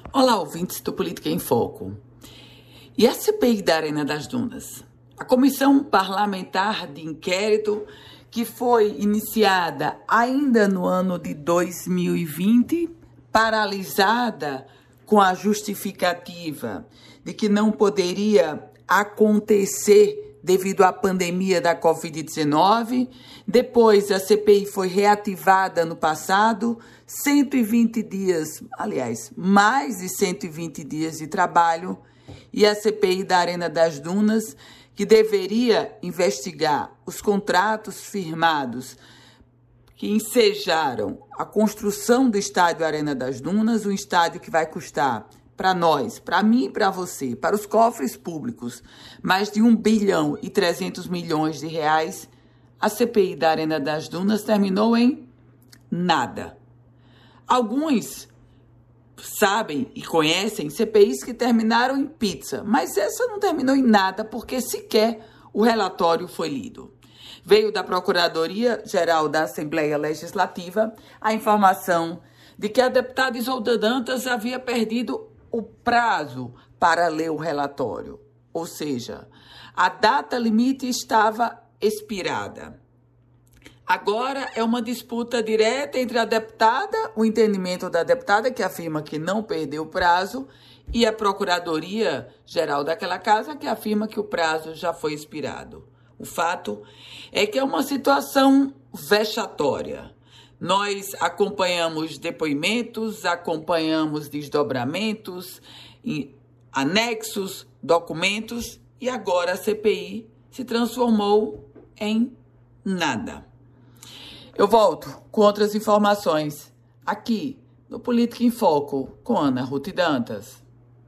Olá, ouvintes do Política em Foco. E a CPI da Arena das Dunas? A Comissão Parlamentar de Inquérito, que foi iniciada ainda no ano de 2020, paralisada com a justificativa de que não poderia acontecer devido à pandemia da Covid-19. Depois, a CPI foi reativada no passado, 120 dias, aliás, mais de 120 dias de trabalho, e a CPI da Arena das Dunas, que deveria investigar os contratos firmados que ensejaram a construção do estádio Arena das Dunas, um estádio que vai custar para nós, para mim e para você, para os cofres públicos, mais de 1 bilhão e 300 milhões de reais. A CPI da Arena das Dunas terminou em nada. Alguns sabem e conhecem CPIs que terminaram em pizza, mas essa não terminou em nada porque sequer o relatório foi lido. Veio da Procuradoria-Geral da Assembleia Legislativa a informação de que a deputada Isolda Dantas havia perdido o prazo para ler o relatório, ou seja, a data limite estava expirada. Agora é uma disputa direta entre a deputada, o entendimento da deputada, que afirma que não perdeu o prazo, e a Procuradoria-Geral daquela casa, que afirma que o prazo já foi expirado. O fato é que é uma situação vexatória. Nós acompanhamos depoimentos, acompanhamos desdobramentos, anexos, documentos, e agora a CPI se transformou em nada. Eu volto com outras informações aqui no Política em Foco com Ana Ruth Dantas.